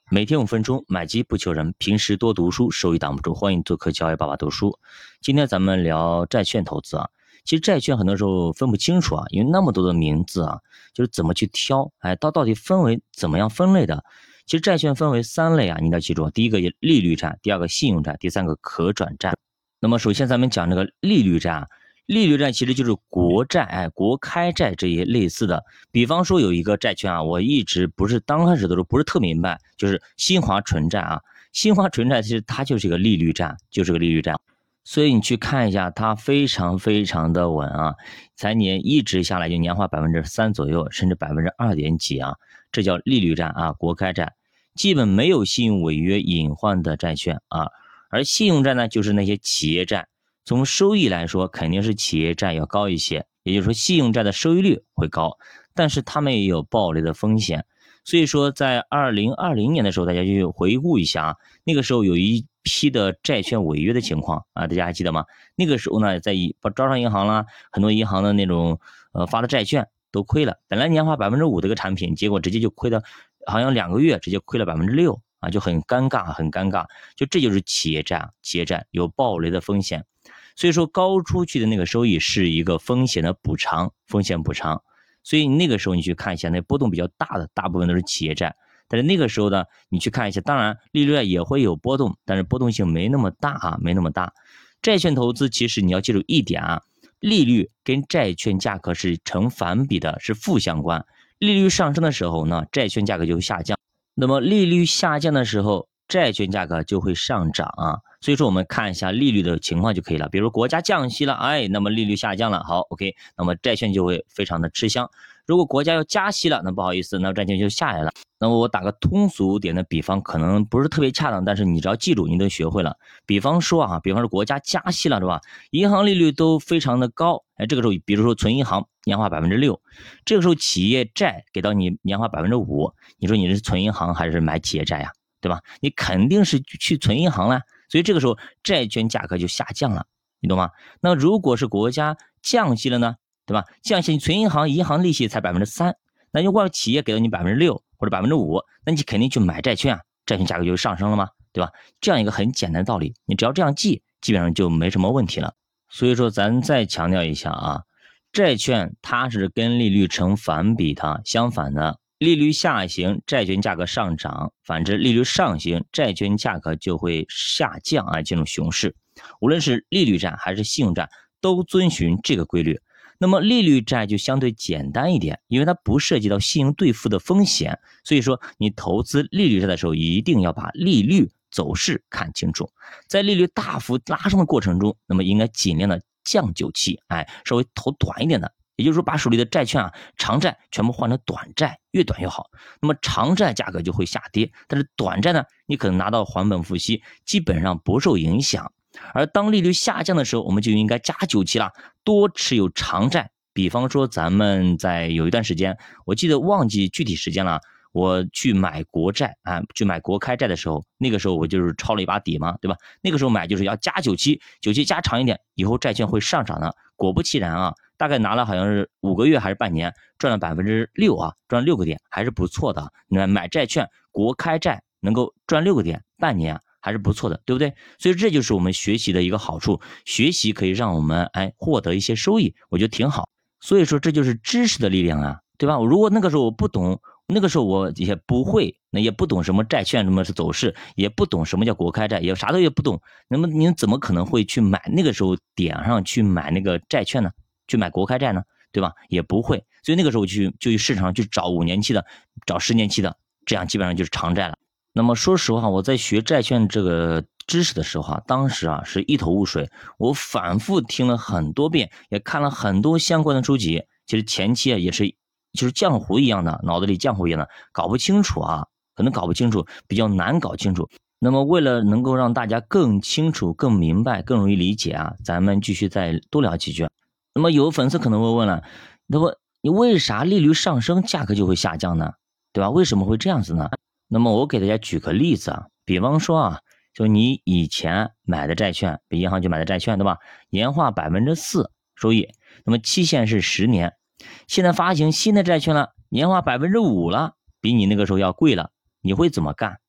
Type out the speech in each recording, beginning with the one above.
每天5分钟，买基不求人，平时多读书，收益挡不住。欢迎做客教育爸爸读书。今天咱们聊债券投资啊。其实债券很多时候分不清楚啊，因为那么多的名字啊，就是怎么去挑，到底分为怎么样分类的。其实债券分为3类啊，你要记住，第一个利率债，第二个信用债，第三个可转债。那么首先咱们讲这个利率债啊。利率债其实就是国债、国开债这些类似的。比方说有一个债券啊，我一直刚开始的时候不是特明白，就是新华纯债啊。新华纯债其实它就是一个利率债，所以你去看一下，它非常非常的稳啊，一直下来就年化3%左右，甚至2点几啊，这叫利率债啊，国开债，基本没有信用违约隐患的债券啊。而信用债呢，就是那些企业债。从收益来说，肯定是企业债要高一些，也就是说信用债的收益率会高，但是他们也有暴雷的风险。所以说在2020年的时候，大家就回顾一下啊，那个时候有一批的债券违约的情况啊，大家还记得吗？那个时候呢，在招商银行啦，很多银行的那种发的债券都亏了，本来年化5%的一个产品，结果直接就亏了，好像2个月直接亏了6%啊，就很尴尬，就这就是企业债有暴雷的风险。所以说高出去的那个收益是一个风险补偿，所以那个时候你去看一下，那波动比较大的大部分都是企业债。但是那个时候呢，你去看一下，当然利率也会有波动，但是波动性没那么大。债券投资其实你要记住一点啊，利率跟债券价格是成反比的，是负相关。利率上升的时候呢，债券价格就会下降，那么利率下降的时候，债券价格就会上涨啊。所以说我们看一下利率的情况就可以了。比如国家降息了，那么利率下降了，好 OK， 那么债券就会非常的吃香。如果国家要加息了，那不好意思，那债券就下来了。那么我打个通俗点的比方，可能不是特别恰当，但是你只要记住，你都学会了。比方说国家加息了，是吧？银行利率都非常的高，这个时候比如说存银行年化6%，这个时候企业债给到你年化5%，你说你是存银行还是买企业债呀？对吧？你肯定是去存银行了，所以这个时候债券价格就下降了，你懂吗？那如果是国家降息了呢，对吧？降息你存银行利息才3%，那如果企业给到你6%或者5%，那你肯定去买债券啊，债券价格就上升了吗？对吧？这样一个很简单的道理，你只要这样记，基本上就没什么问题了。所以说咱再强调一下啊，债券它是跟利率成反比的，相反的。利率下行，债券价格上涨；反之，利率上行，债券价格就会下降啊，进入熊市。无论是利率债还是信用债，都遵循这个规律。那么利率债就相对简单一点，因为它不涉及到信用兑付的风险，所以说你投资利率债的时候，一定要把利率走势看清楚。在利率大幅拉升的过程中，那么应该尽量的降久期，稍微投短一点的。也就是说把手里的债券长债全部换成短债，越短越好。那么长债价格就会下跌，但是短债呢，你可能拿到还本付息，基本上不受影响。而当利率下降的时候，我们就应该加久期了，多持有长债。比方说咱们在有一段时间，我记得忘记具体时间了，我去买国债去买国开债的时候，那个时候我就是抄了一把底嘛，对吧？那个时候买就是要加久期加长一点，以后债券会上涨的。果不其然啊，大概拿了好像是5个月还是半年，赚了6%啊，赚了6个点，还是不错的。那买债券国开债能够赚6个点，半年还是不错的，对不对？所以这就是我们学习的一个好处，学习可以让我们获得一些收益，我觉得挺好。所以说这就是知识的力量啊，对吧？如果那个时候我不懂，那个时候我也不会，也不懂什么债券什么是走势，也不懂什么叫国开债，也啥都也不懂，那么您怎么可能会去买那个时候点上去买那个债券呢？去买国开债呢？对吧？也不会。所以那个时候就去市场上去找5年期的，找10年期的，这样基本上就是长债了。那么说实话，我在学债券这个知识的时候当时是一头雾水，我反复听了很多遍，也看了很多相关的书籍。其实前期也是就是浆糊一样的，脑子里浆糊一样的，搞不清楚可能搞不清楚，比较难搞清楚。那么为了能够让大家更清楚、更明白、更容易理解咱们继续再多聊几句。那么有粉丝可能会问了，那么你为啥利率上升价格就会下降呢？对吧？为什么会这样子呢？那么我给大家举个例子比方说就你以前买的债券，比银行去买的债券，对吧？年化4%收益，那么期限是10年，现在发行新的债券了，年化5%了，比你那个时候要贵了，你会怎么干？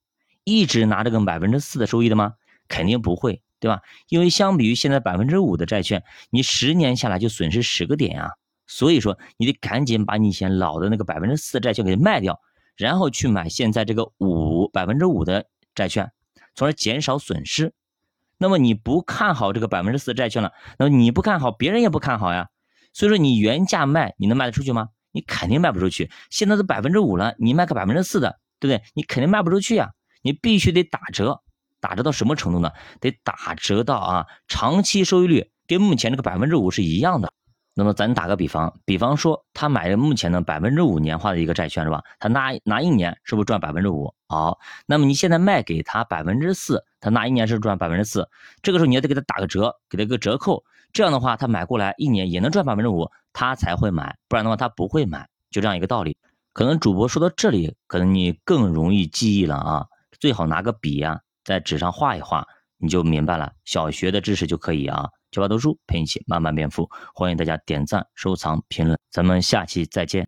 一直拿这个4%的收益的吗？肯定不会，对吧？因为相比于现在5%的债券，你10年下来就损失10个点啊。所以说你得赶紧把你以前老的那个4%的债券给卖掉，然后去买现在这个5%的债券，从而减少损失。那么你不看好这个4%的债券了，那么你不看好，别人也不看好呀。所以说你原价卖，你能卖得出去吗？你肯定卖不出去。现在都5%了，你卖个4%的，对不对？你肯定卖不出去呀。你必须得打折，打折到什么程度呢？得打折到长期收益率跟目前这个5%是一样的。那么咱打个比方，比方说他买的目前的5%年化的一个债券是吧？他拿1年是不是赚5%？好，那么你现在卖给他4%，他拿1年是赚4%，这个时候你要得给他打个折，给他个折扣，这样的话他买过来1年也能赚5%，他才会买，不然的话他不会买，就这样一个道理。可能主播说到这里，可能你更容易记忆了啊，最好拿个笔在纸上画一画，你就明白了，小学的知识就可以啊。教爸读书陪你一起慢慢变富，欢迎大家点赞、收藏、评论，咱们下期再见。